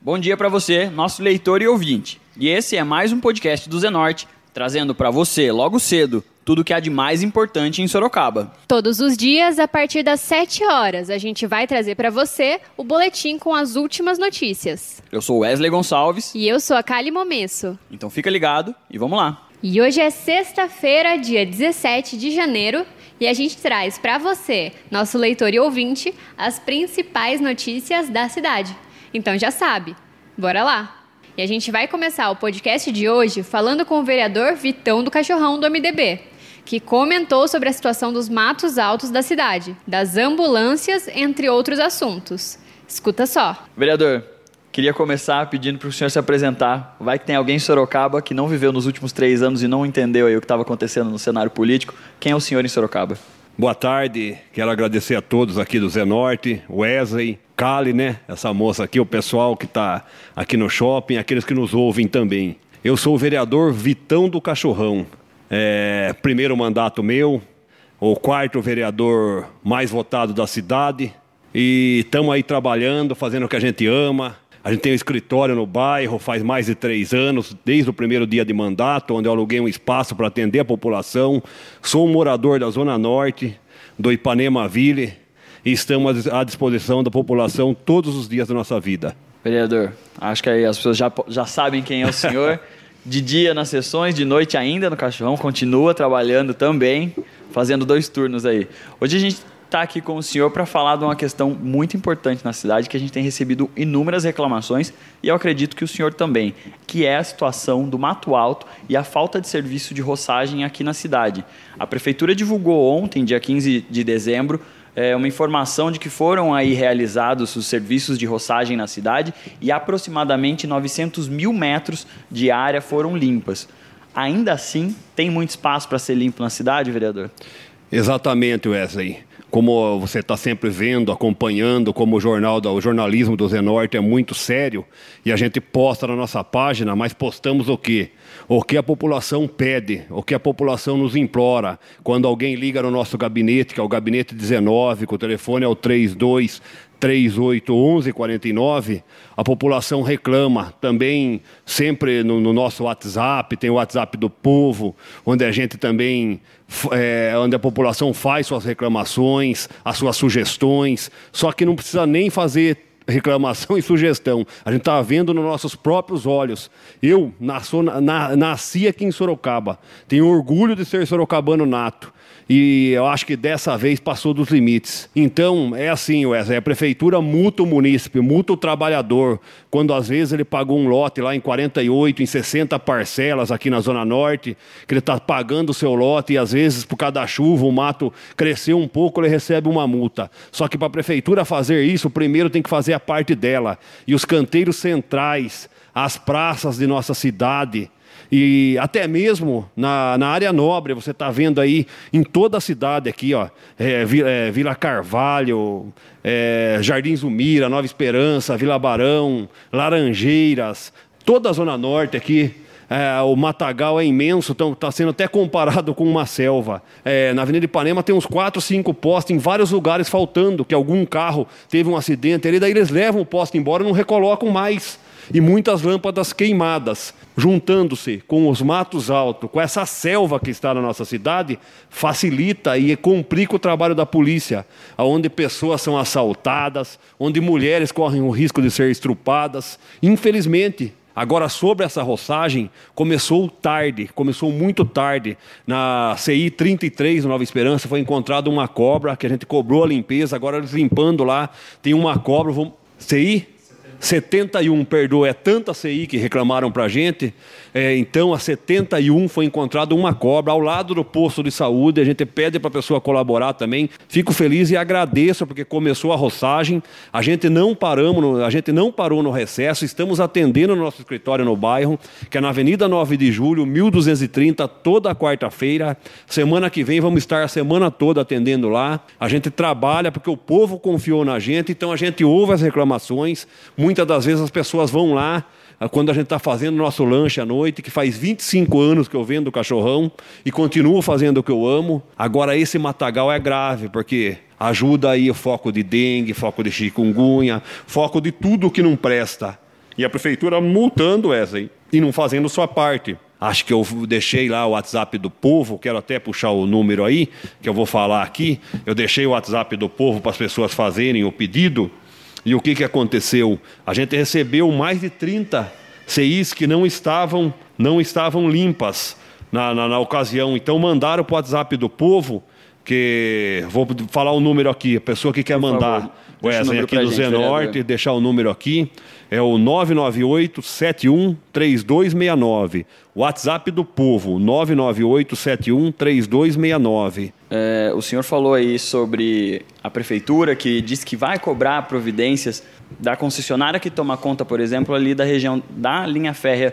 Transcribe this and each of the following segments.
Bom dia para você, nosso leitor e ouvinte. E esse é mais um podcast do Zenorte, trazendo para você, logo cedo, tudo o que há de mais importante em Sorocaba. Todos os dias, a partir das 7 horas, a gente vai trazer para você o boletim com as últimas notícias. Eu sou Wesley Gonçalves. E eu sou a Kali Momesso. Então fica ligado e vamos lá. E hoje é sexta-feira, dia 17 de janeiro, e a gente traz para você, nosso leitor e ouvinte, as principais notícias da cidade. Então já sabe, bora lá! E a gente vai começar o podcast de hoje falando com o vereador Vitão do Cachorrão do MDB, que comentou sobre a situação dos matos altos da cidade, das ambulâncias, entre outros assuntos. Escuta só. Vereador, queria começar pedindo para o senhor se apresentar. Vai que tem alguém em Sorocaba que não viveu nos últimos 3 anos e não entendeu aí o que estava acontecendo no cenário político. Quem é o senhor em Sorocaba? Boa tarde, quero agradecer a todos aqui do Zenorte, Wesley, Kali, essa moça aqui, o pessoal que está aqui no shopping, aqueles que nos ouvem também. Eu sou o vereador Vitão do Cachorrão, primeiro mandato meu, o 4º vereador mais votado da cidade, e estamos aí trabalhando, fazendo o que a gente ama. A gente tem um escritório no bairro faz mais de 3 anos, desde o primeiro dia de mandato, onde eu aluguei um espaço para atender a população. Sou um morador da Zona Norte, do Ipanema Ville, e estamos à disposição da população todos os dias da nossa vida. Vereador, acho que aí as pessoas já sabem quem é o senhor. De dia nas sessões, de noite ainda no Cachorrão, continua trabalhando também, fazendo 2 turnos aí. Hoje a gente está aqui com o senhor para falar de uma questão muito importante na cidade, que a gente tem recebido inúmeras reclamações, e eu acredito que o senhor também, que é a situação do Mato Alto e a falta de serviço de roçagem aqui na cidade. A Prefeitura divulgou ontem, dia 15 de dezembro, uma informação de que foram aí realizados os serviços de roçagem na cidade e aproximadamente 900 mil metros de área foram limpas. Ainda assim, tem muito espaço para ser limpo na cidade, vereador? Exatamente, Wesley. Como você está sempre vendo, acompanhando, como o jornalismo do Zenorte é muito sério, e a gente posta na nossa página, mas postamos o quê? O que a população pede, o que a população nos implora. Quando alguém liga no nosso gabinete, que é o gabinete 19, que o telefone é o 32381149, a população reclama. Também sempre no nosso WhatsApp, tem o WhatsApp do povo, onde a gente também, onde a população faz suas reclamações, as suas sugestões, só que não precisa nem fazer reclamação e sugestão. A gente está vendo nos nossos próprios olhos. Eu nasci aqui em Sorocaba, tenho orgulho de ser sorocabano nato. E eu acho que dessa vez passou dos limites. Então, é assim, Wesley, a prefeitura multa o munícipe, multa o trabalhador, quando às vezes ele pagou um lote lá em 48, em 60 parcelas aqui na Zona Norte, que ele está pagando o seu lote e às vezes por causa da chuva o mato cresceu um pouco, ele recebe uma multa. Só que para a prefeitura fazer isso, primeiro tem que fazer a parte dela. E os canteiros centrais, as praças de nossa cidade, e até mesmo na área nobre, você está vendo aí em toda a cidade aqui, Vila Carvalho, Jardim Zumira, Nova Esperança, Vila Barão, Laranjeiras, toda a Zona Norte aqui. O matagal é imenso, então está sendo até comparado com uma selva. Na Avenida Ipanema tem uns 4, 5 postes em vários lugares faltando, que algum carro teve um acidente, daí eles levam o poste embora e não recolocam mais. E muitas lâmpadas queimadas, juntando-se com os matos altos, com essa selva que está na nossa cidade, facilita e complica o trabalho da polícia, onde pessoas são assaltadas, onde mulheres correm o risco de ser estrupadas. Infelizmente, agora sobre essa roçagem, começou muito tarde. Na CI 33, Nova Esperança, foi encontrada uma cobra, que a gente cobrou a limpeza, agora eles limpando lá, tem uma cobra, CI 71, perdoa, é tanta CI que reclamaram para a gente. Então, a 71 foi encontrada uma cobra ao lado do posto de saúde. A gente pede para a pessoa colaborar também. Fico feliz e agradeço porque começou a roçagem. A gente não parou no recesso. Estamos atendendo no nosso escritório no bairro, que é na Avenida 9 de Julho, 1230, toda quarta-feira. Semana que vem vamos estar a semana toda atendendo lá. A gente trabalha porque o povo confiou na gente, então a gente ouve as reclamações. Muitas das vezes as pessoas vão lá, quando a gente está fazendo nosso lanche à noite, que faz 25 anos que eu vendo Cachorrão e continuo fazendo o que eu amo. Agora esse matagal é grave, porque ajuda aí o foco de dengue, foco de chikungunya, foco de tudo que não presta. E a prefeitura multando essa, hein? E não fazendo sua parte. Acho que eu deixei lá o WhatsApp do povo, quero até puxar o número aí, que eu vou falar aqui. Eu deixei o WhatsApp do povo para as pessoas fazerem o pedido. E o que aconteceu? A gente recebeu mais de 30 CIs que não estavam limpas na ocasião. Então mandaram para o WhatsApp do povo, que vou falar o número aqui, a pessoa que quer mandar, Wesley, aqui do Zenorte, deixar o número aqui, é o 998-713269. WhatsApp do povo, 998-713269. O senhor falou aí sobre a prefeitura, que diz que vai cobrar providências da concessionária que toma conta, por exemplo, ali da região da linha férrea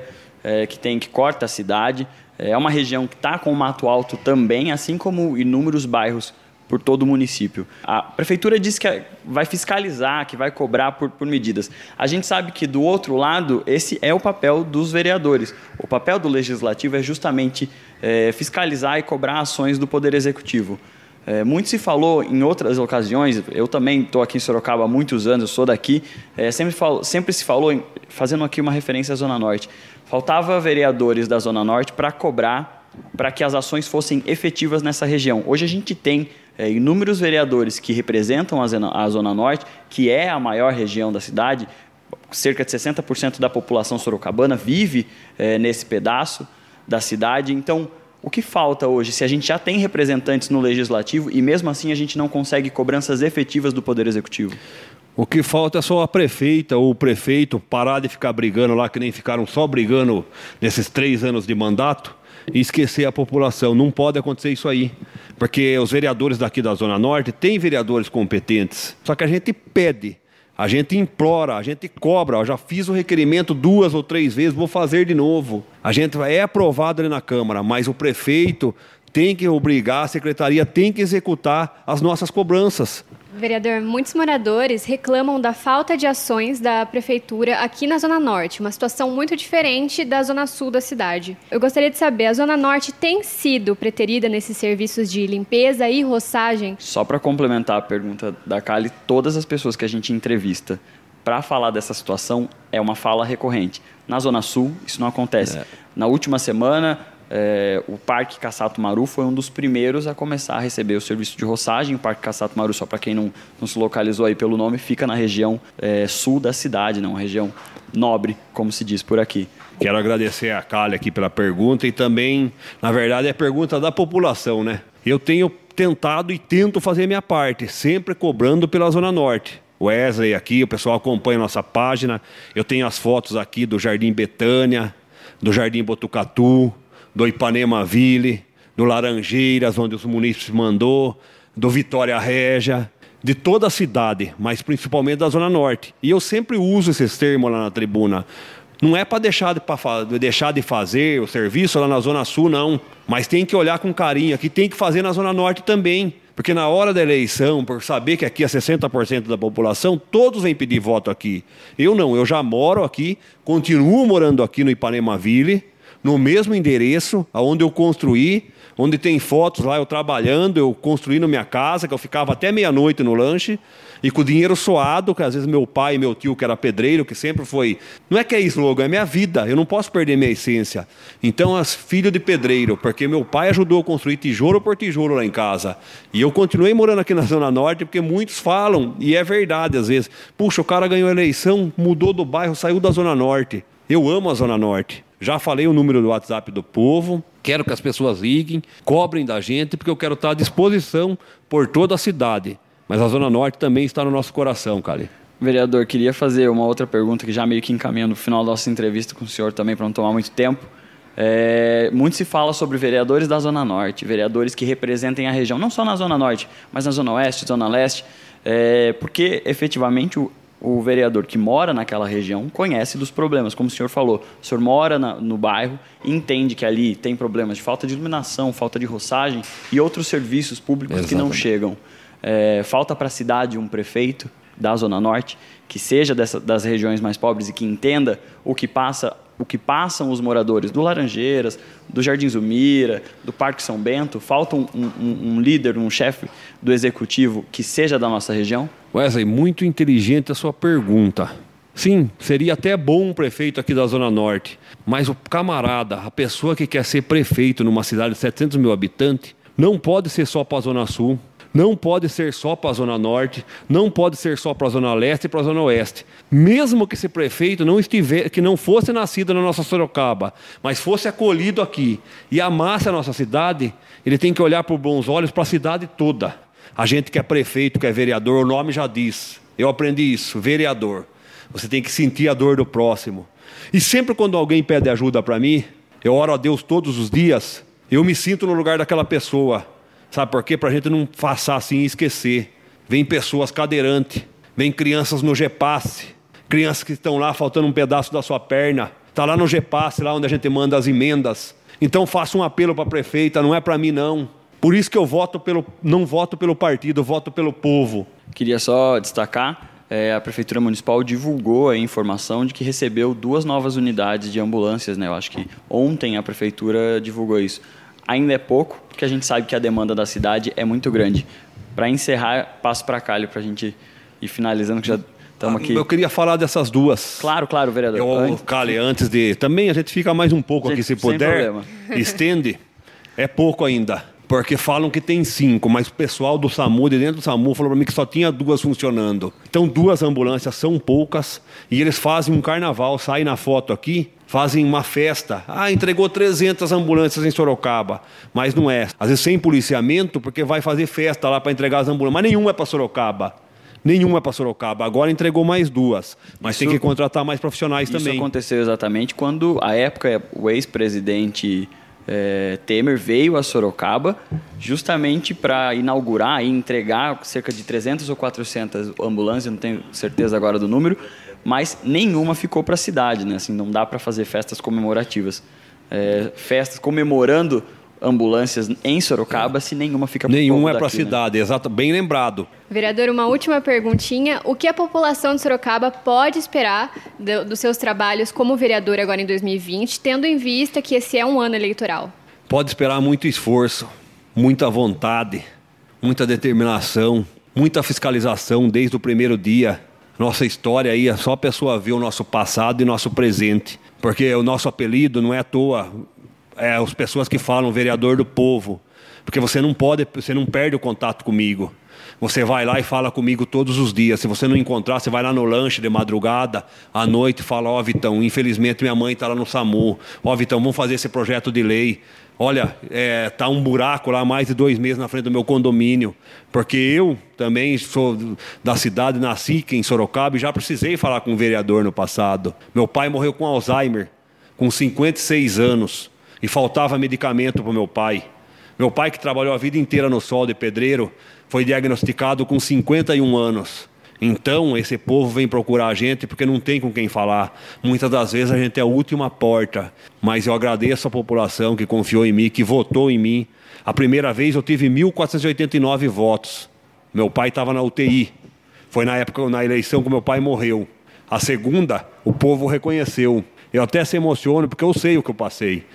que corta a cidade. É uma região que está com o mato alto também, assim como inúmeros bairros por todo o município. A prefeitura diz que vai fiscalizar, que vai cobrar por medidas. A gente sabe que, do outro lado, esse é o papel dos vereadores. O papel do legislativo é justamente fiscalizar e cobrar ações do Poder Executivo. Muito se falou em outras ocasiões, eu também estou aqui em Sorocaba há muitos anos, eu sou daqui, sempre se falou, fazendo aqui uma referência à Zona Norte, faltava vereadores da Zona Norte para cobrar, para que as ações fossem efetivas nessa região. Hoje a gente tem inúmeros vereadores que representam a Zona Norte, que é a maior região da cidade, cerca de 60% da população sorocabana vive nesse pedaço da cidade. Então, o que falta hoje, se a gente já tem representantes no Legislativo e mesmo assim a gente não consegue cobranças efetivas do Poder Executivo? O que falta é só a prefeita ou o prefeito parar de ficar brigando lá, que nem ficaram só brigando nesses 3 anos de mandato, e esquecer a população. Não pode acontecer isso aí, porque os vereadores daqui da Zona Norte têm vereadores competentes, só que a gente pede, a gente implora, a gente cobra. Eu já fiz o requerimento 2 ou 3 vezes, vou fazer de novo. A gente é aprovado ali na Câmara, mas o prefeito tem que obrigar, a secretaria tem que executar as nossas cobranças. Vereador, muitos moradores reclamam da falta de ações da prefeitura aqui na Zona Norte, uma situação muito diferente da Zona Sul da cidade. Eu gostaria de saber, a Zona Norte tem sido preterida nesses serviços de limpeza e roçagem? Só para complementar a pergunta da Kali, todas as pessoas que a gente entrevista para falar dessa situação é uma fala recorrente. Na Zona Sul, isso não acontece. Na última semana, o Parque Cassato Maru foi um dos primeiros a começar a receber o serviço de roçagem. O Parque Cassato Maru, só para quem não se localizou aí pelo nome, fica na região sul da cidade, uma região nobre, como se diz por aqui. Quero agradecer a Kali aqui pela pergunta e também, na verdade, é pergunta da população, né? Eu tenho tentado e tento fazer minha parte, sempre cobrando pela Zona Norte. O Wesley aqui, o pessoal acompanha a nossa página. Eu tenho as fotos aqui do Jardim Betânia, do Jardim Botucatu, do Ipanema Ville, do Laranjeiras, onde os munícipes mandou, do Vitória Régia, de toda a cidade, mas principalmente da Zona Norte. E eu sempre uso esses termos lá na tribuna. Não é para deixar de fazer o serviço lá na Zona Sul, não. Mas tem que olhar com carinho aqui, tem que fazer na Zona Norte também. Porque na hora da eleição, por saber que aqui é 60% da população, todos vêm pedir voto aqui. Eu não, eu já moro aqui, continuo morando aqui no Ipanema Ville, no mesmo endereço, onde eu construí, onde tem fotos lá, eu trabalhando, eu construindo minha casa, que eu ficava até meia-noite no lanche, e com o dinheiro suado, que às vezes meu pai e meu tio, que era pedreiro, que sempre foi... Não é que é slogan, é minha vida, eu não posso perder minha essência. Então, filho de pedreiro, porque meu pai ajudou a construir tijolo por tijolo lá em casa. E eu continuei morando aqui na Zona Norte, porque muitos falam, e é verdade às vezes, puxa, o cara ganhou a eleição, mudou do bairro, saiu da Zona Norte. Eu amo a Zona Norte. Já falei o número do WhatsApp do povo, quero que as pessoas liguem, cobrem da gente, porque eu quero estar à disposição por toda a cidade. Mas a Zona Norte também está no nosso coração, Kali. Vereador, queria fazer uma outra pergunta que já meio que encaminhando no final da nossa entrevista com o senhor também, para não tomar muito tempo. Muito se fala sobre vereadores da Zona Norte, vereadores que representem a região, não só na Zona Norte, mas na Zona Oeste, Zona Leste, porque efetivamente o vereador que mora naquela região conhece dos problemas, como o senhor falou. O senhor mora no bairro e entende que ali tem problemas de falta de iluminação, falta de roçagem e outros serviços públicos que não chegam. Falta para a cidade um prefeito da Zona Norte que seja das regiões mais pobres e que entenda o que passam os moradores do Laranjeiras, do Jardim Zumira, do Parque São Bento. Falta um líder, um chefe do executivo que seja da nossa região? Wesley, muito inteligente a sua pergunta. Sim, seria até bom um prefeito aqui da Zona Norte, mas o camarada, a pessoa que quer ser prefeito numa cidade de 700 mil habitantes, não pode ser só para a Zona Sul, não pode ser só para a Zona Norte, não pode ser só para a Zona Leste e para a Zona Oeste. Mesmo que esse prefeito que não fosse nascido na nossa Sorocaba, mas fosse acolhido aqui e amasse a nossa cidade, ele tem que olhar por bons olhos para a cidade toda. A gente que é prefeito, que é vereador, o nome já diz. Eu aprendi isso, vereador. Você tem que sentir a dor do próximo. E sempre quando alguém pede ajuda para mim, eu oro a Deus todos os dias, eu me sinto no lugar daquela pessoa. Sabe por quê? Para a gente não passar assim e esquecer. Vem pessoas cadeirantes, vem crianças no GEPASSE, crianças que estão lá faltando um pedaço da sua perna. Está lá no GEPASSE, lá onde a gente manda as emendas. Então faço um apelo para a prefeita, não é para mim não. Por isso que eu não voto pelo partido, eu voto pelo povo. Queria só destacar, a Prefeitura Municipal divulgou a informação de que recebeu 2 novas unidades de ambulâncias, né? Eu acho que ontem a Prefeitura divulgou isso. Ainda é pouco, porque a gente sabe que a demanda da cidade é muito grande. Para encerrar, passo para Cálio, para a gente ir finalizando, que já estamos aqui. Eu queria falar dessas 2. Claro, vereador. Cálio, antes de... Também a gente fica mais um pouco aqui, se puder. Estende. É pouco ainda. Porque falam que tem 5, mas o pessoal do SAMU, de dentro do SAMU, falou para mim que só tinha 2 funcionando. Então 2 ambulâncias são poucas e eles fazem um carnaval, saem na foto aqui, fazem uma festa. Entregou 300 ambulâncias em Sorocaba, mas não é. Às vezes sem policiamento, porque vai fazer festa lá para entregar as ambulâncias, mas nenhuma é para Sorocaba. Nenhuma é para Sorocaba. Agora entregou mais 2, mas tem que contratar mais profissionais também. Isso aconteceu exatamente quando, à época, o ex-presidente Temer veio a Sorocaba justamente para inaugurar e entregar cerca de 300 ou 400 ambulâncias, não tenho certeza agora do número, mas nenhuma ficou para a cidade, né? Assim, não dá para fazer festas comemorativas. Festas comemorando ambulâncias em Sorocaba, se nenhuma fica para o povo Nenhuma é daqui, para a cidade, né? Exato, bem lembrado. Vereador, uma última perguntinha. O que a população de Sorocaba pode esperar dos seus trabalhos como vereador agora em 2020, tendo em vista que esse é um ano eleitoral? Pode esperar muito esforço, muita vontade, muita determinação, muita fiscalização desde o primeiro dia. Nossa história aí é só a pessoa ver o nosso passado e nosso presente. Porque o nosso apelido não é à toa. As pessoas que falam vereador do povo, porque você não perde o contato comigo. Você vai lá e fala comigo todos os dias. Se você não encontrar, você vai lá no lanche de madrugada, à noite, e fala: Vitão, infelizmente minha mãe está lá no SAMU. Vitão, vamos fazer esse projeto de lei. Olha, tá um buraco lá há mais de 2 meses na frente do meu condomínio. Porque eu também sou da cidade, nasci aqui em Sorocaba e já precisei falar com um vereador no passado. Meu pai morreu com Alzheimer, com 56 anos. E faltava medicamento para o meu pai. Meu pai, que trabalhou a vida inteira no sol de pedreiro, foi diagnosticado com 51 anos. Então, esse povo vem procurar a gente porque não tem com quem falar. Muitas das vezes a gente é a última porta. Mas eu agradeço a população que confiou em mim, que votou em mim. A primeira vez eu tive 1.489 votos. Meu pai estava na UTI. Foi na época, na eleição que meu pai morreu. A segunda, o povo reconheceu. Eu até se emociono porque eu sei o que eu passei.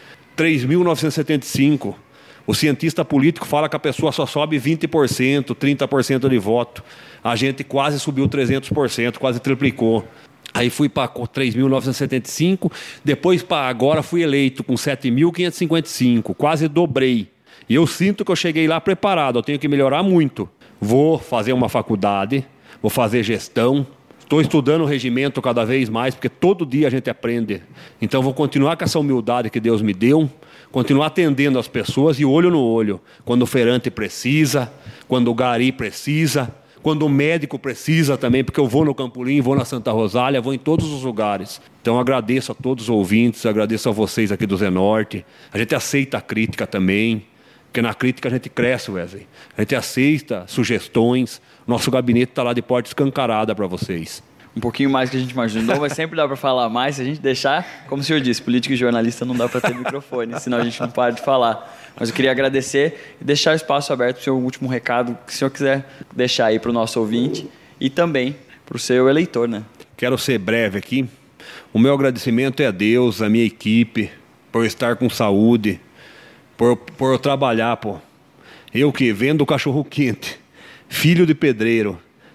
3.975. O cientista político fala que a pessoa só sobe 20%, 30% de voto. A gente quase subiu 300%, quase triplicou. Aí fui para 3.975, depois para agora fui eleito com 7.555, quase dobrei. E eu sinto que eu cheguei lá preparado, eu tenho que melhorar muito. Vou fazer uma faculdade, vou fazer gestão. Estou estudando o regimento cada vez mais, porque todo dia a gente aprende. Então vou continuar com essa humildade que Deus me deu, continuar atendendo as pessoas e olho no olho. Quando o feirante precisa, quando o gari precisa, quando o médico precisa também, porque eu vou no Campolim, vou na Santa Rosália, vou em todos os lugares. Então agradeço a todos os ouvintes, agradeço a vocês aqui do Zenorte. A gente aceita a crítica também, porque na crítica a gente cresce, Wesley. A gente aceita sugestões. Nosso gabinete está lá de porta escancarada para vocês. Um pouquinho mais que a gente imaginou, mas sempre dá para falar mais se a gente deixar, como o senhor disse, político e jornalista não dá para ter microfone, senão a gente não para de falar. Mas eu queria agradecer e deixar o espaço aberto para o seu último recado, que o senhor quiser deixar aí para o nosso ouvinte e também para o seu eleitor, né? Quero ser breve aqui. O meu agradecimento é a Deus, a minha equipe, por estar com saúde, por eu trabalhar, pô. Eu que vendo cachorro quente, filho de pedreiro,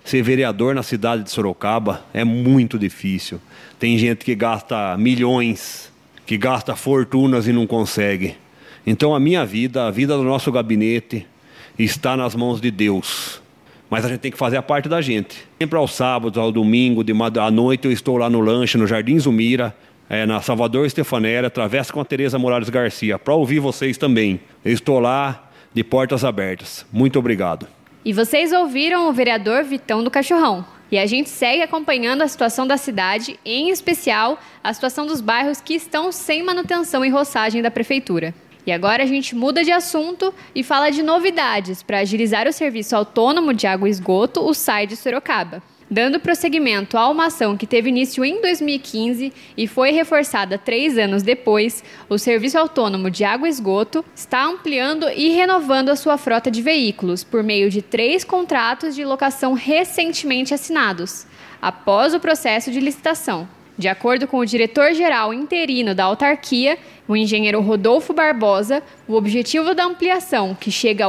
ser vereador na cidade de Sorocaba é muito difícil. Tem gente que gasta milhões, que gasta fortunas e não consegue. Então a minha vida, a vida do nosso gabinete, está nas mãos de Deus. Mas a gente tem que fazer a parte da gente. Sempre aos sábados, ao domingo, à noite eu estou lá no lanche, no Jardim Zumira, na Salvador Stefanera, Travessa com a Tereza Morales Garcia, para ouvir vocês também. Eu estou lá de portas abertas. Muito obrigado. E vocês ouviram o vereador Vitão do Cachorrão. E a gente segue acompanhando a situação da cidade, em especial a situação dos bairros que estão sem manutenção e roçagem da prefeitura. E agora a gente muda de assunto e fala de novidades para agilizar o serviço autônomo de água e esgoto, o SAI de Sorocaba. Dando prosseguimento a uma ação que teve início em 2015 e foi reforçada 3 anos depois, o Serviço Autônomo de Água e Esgoto está ampliando e renovando a sua frota de veículos por meio de 3 contratos de locação recentemente assinados, após o processo de licitação. De acordo com o diretor-geral interino da autarquia, o engenheiro Rodolfo Barbosa, o objetivo da ampliação, que chega a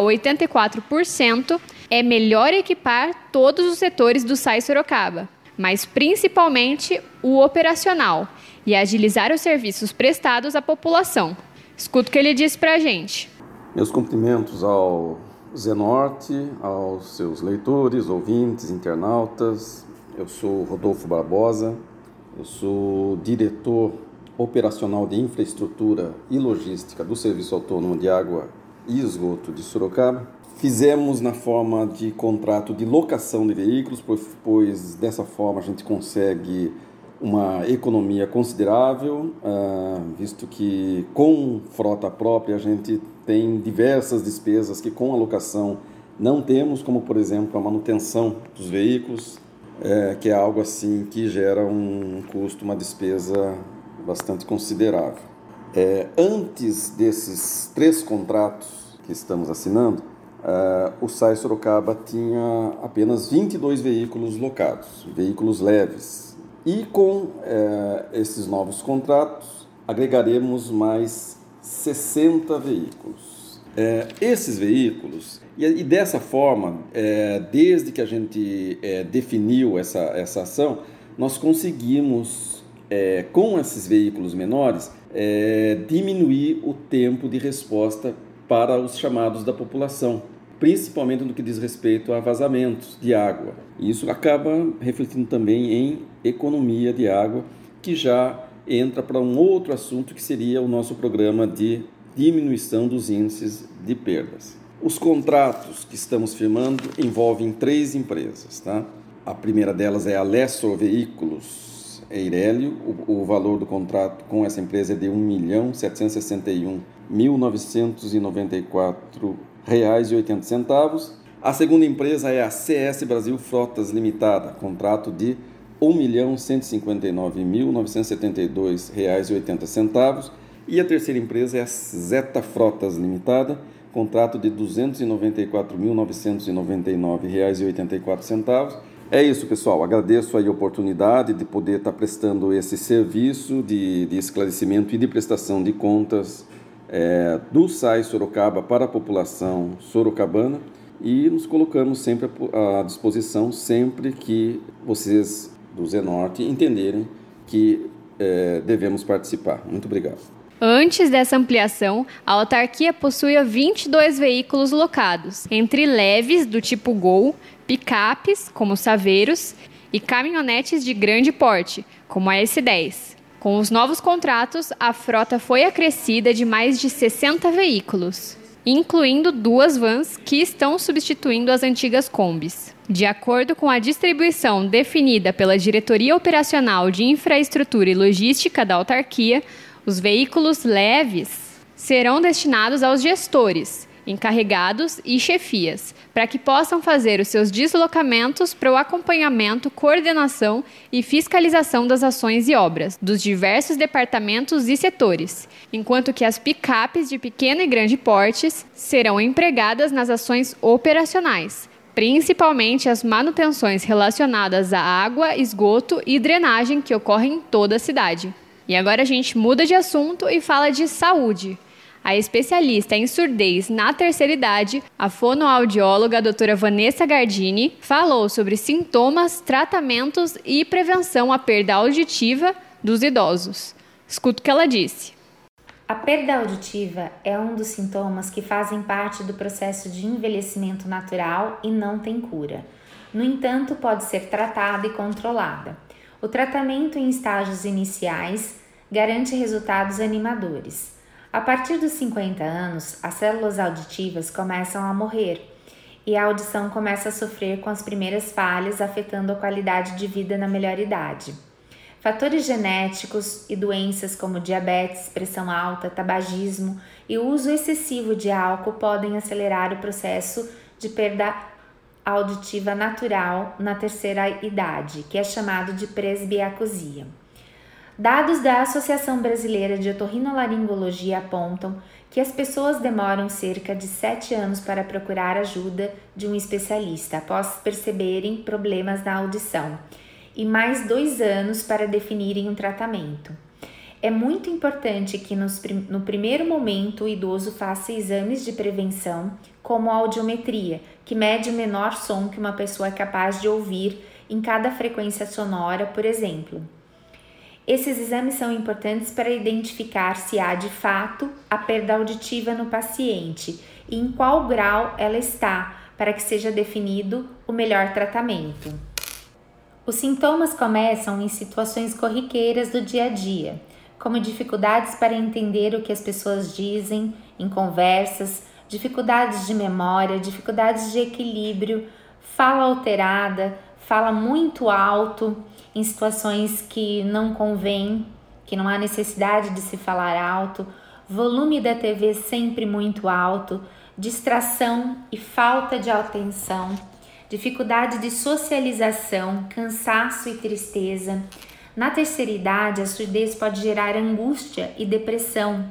84%, é melhor equipar todos os setores do SAI Sorocaba, mas principalmente o operacional, e agilizar os serviços prestados à população. Escuta o que ele disse para a gente. Meus cumprimentos ao Zenorte, aos seus leitores, ouvintes, internautas. Eu sou Rodolfo Barbosa, eu sou diretor operacional de infraestrutura e logística do Serviço Autônomo de Água e Esgoto de Sorocaba. Fizemos na forma de contrato de locação de veículos, pois dessa forma a gente consegue uma economia considerável, visto que com frota própria a gente tem diversas despesas que com a locação não temos, como por exemplo a manutenção dos veículos, que é algo assim que gera um custo, uma despesa bastante considerável. Antes desses 3 contratos que estamos assinando, o SAI Sorocaba tinha apenas 22 veículos locados, veículos leves. E com esses novos contratos, agregaremos mais 60 veículos. Esses veículos, e dessa forma, desde que a gente definiu essa ação, nós conseguimos, com esses veículos menores, diminuir o tempo de resposta para os chamados da população, principalmente no que diz respeito a vazamentos de água. E isso acaba refletindo também em economia de água, que já entra para um outro assunto que seria o nosso programa de diminuição dos índices de perdas. Os contratos que estamos firmando envolvem 3 empresas, tá? A primeira delas é a Lessor Veículos Eirélio. O valor do contrato com essa empresa é de R$ 1.761.994,80. A segunda empresa é a CS Brasil Frotas Limitada, contrato de R$ 1.159.972,80. E a terceira empresa é a Zeta Frotas Limitada, contrato de R$ 294.999,84. É isso, pessoal. Agradeço aí a oportunidade de poder estar prestando esse serviço de esclarecimento e de prestação de contas do SAI Sorocaba para a população sorocabana, e nos colocamos sempre à disposição sempre que vocês do Zenorte entenderem que devemos participar. Muito obrigado. Antes dessa ampliação, a autarquia possuía 22 veículos locados, entre leves do tipo Gol, picapes, como Saveiros, e caminhonetes de grande porte, como a S10. Com os novos contratos, a frota foi acrescida de mais de 60 veículos, incluindo 2 vans que estão substituindo as antigas Kombis. De acordo com a distribuição definida pela Diretoria Operacional de Infraestrutura e Logística da autarquia, os veículos leves serão destinados aos gestores, encarregados e chefias, para que possam fazer os seus deslocamentos para o acompanhamento, coordenação e fiscalização das ações e obras dos diversos departamentos e setores, enquanto que as picapes de pequeno e grande portes serão empregadas nas ações operacionais, principalmente as manutenções relacionadas à água, esgoto e drenagem que ocorrem em toda a cidade. E agora a gente muda de assunto e fala de saúde. a especialista em surdez na terceira idade, a fonoaudióloga doutora Vanessa Gardini, falou sobre sintomas, tratamentos e prevenção à perda auditiva dos idosos. Escuta o que ela disse. A perda auditiva é um dos sintomas que fazem parte do processo de envelhecimento natural e não tem cura. No entanto, pode ser tratada e controlada. O tratamento em estágios iniciais garante resultados animadores. A partir dos 50 anos, as células auditivas começam a morrer e a audição começa a sofrer com as primeiras falhas, afetando a qualidade de vida na melhor idade. Fatores genéticos e doenças como diabetes, pressão alta, tabagismo e o uso excessivo de álcool podem acelerar o processo de perda auditiva natural na terceira idade, que é chamado de presbiacusia. Dados da Associação Brasileira de Otorrinolaringologia apontam que as pessoas demoram cerca de 7 anos para procurar ajuda de um especialista após perceberem problemas na audição e mais 2 anos para definirem um tratamento. É muito importante que no primeiro momento o idoso faça exames de prevenção, como a audiometria, que mede o menor som que uma pessoa é capaz de ouvir em cada frequência sonora, por exemplo. Esses exames são importantes para identificar se há de fato a perda auditiva no paciente e em qual grau ela está, para que seja definido o melhor tratamento. Os sintomas começam em situações corriqueiras do dia a dia, como dificuldades para entender o que as pessoas dizem em conversas, dificuldades de memória, dificuldades de equilíbrio, fala alterada, fala muito alto em situações que não convém, que não há necessidade de se falar alto, volume da TV sempre muito alto, distração e falta de atenção, dificuldade de socialização, cansaço e tristeza. Na terceira idade, a surdez pode gerar angústia e depressão,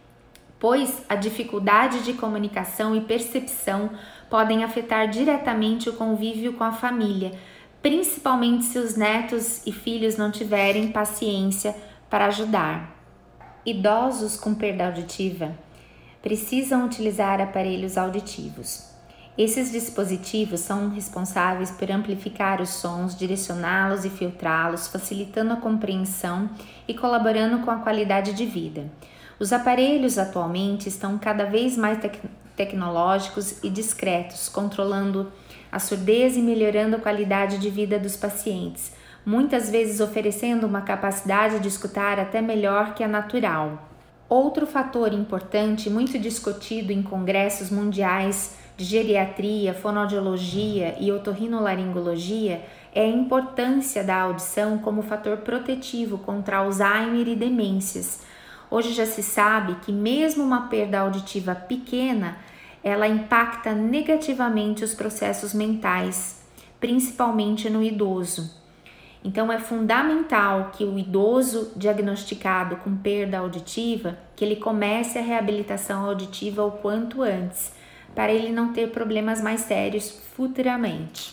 pois a dificuldade de comunicação e percepção podem afetar diretamente o convívio com a família, principalmente se os netos e filhos não tiverem paciência para ajudar. Idosos com perda auditiva precisam utilizar aparelhos auditivos. Esses dispositivos são responsáveis por amplificar os sons, direcioná-los e filtrá-los, facilitando a compreensão e colaborando com a qualidade de vida. Os aparelhos atualmente estão cada vez mais tecnológicos e discretos, controlando a surdez e melhorando a qualidade de vida dos pacientes, muitas vezes oferecendo uma capacidade de escutar até melhor que a natural. Outro fator importante, muito discutido em congressos mundiais de geriatria, fonoaudiologia e otorrinolaringologia, é a importância da audição como fator protetivo contra Alzheimer e demências. Hoje já se sabe que mesmo uma perda auditiva pequena, ela impacta negativamente os processos mentais, principalmente no idoso. Então é fundamental que o idoso diagnosticado com perda auditiva, que ele comece a reabilitação auditiva o quanto antes, para ele não ter problemas mais sérios futuramente.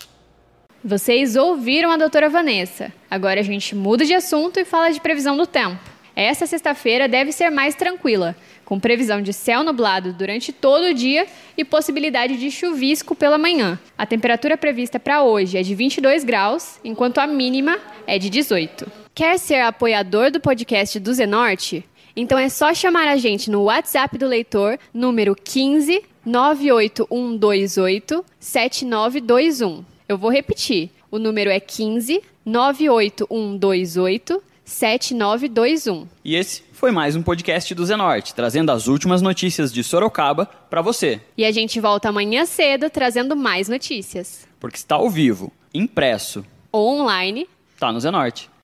Vocês ouviram a doutora Vanessa. Agora a gente muda de assunto e fala de previsão do tempo. Essa sexta-feira deve ser mais tranquila, com previsão de céu nublado durante todo o dia e possibilidade de chuvisco pela manhã. A temperatura prevista para hoje é de 22 graus, enquanto a mínima é de 18. Quer ser apoiador do podcast do Zenorte? Então é só chamar a gente no WhatsApp do leitor, número 15 98128 7921. Eu vou repetir, o número é 15 98128 7921. E esse foi mais um podcast do Zenorte, trazendo as últimas notícias de Sorocaba para você. E a gente volta amanhã cedo trazendo mais notícias. Porque está ao vivo, impresso ou online, tá no Zenorte.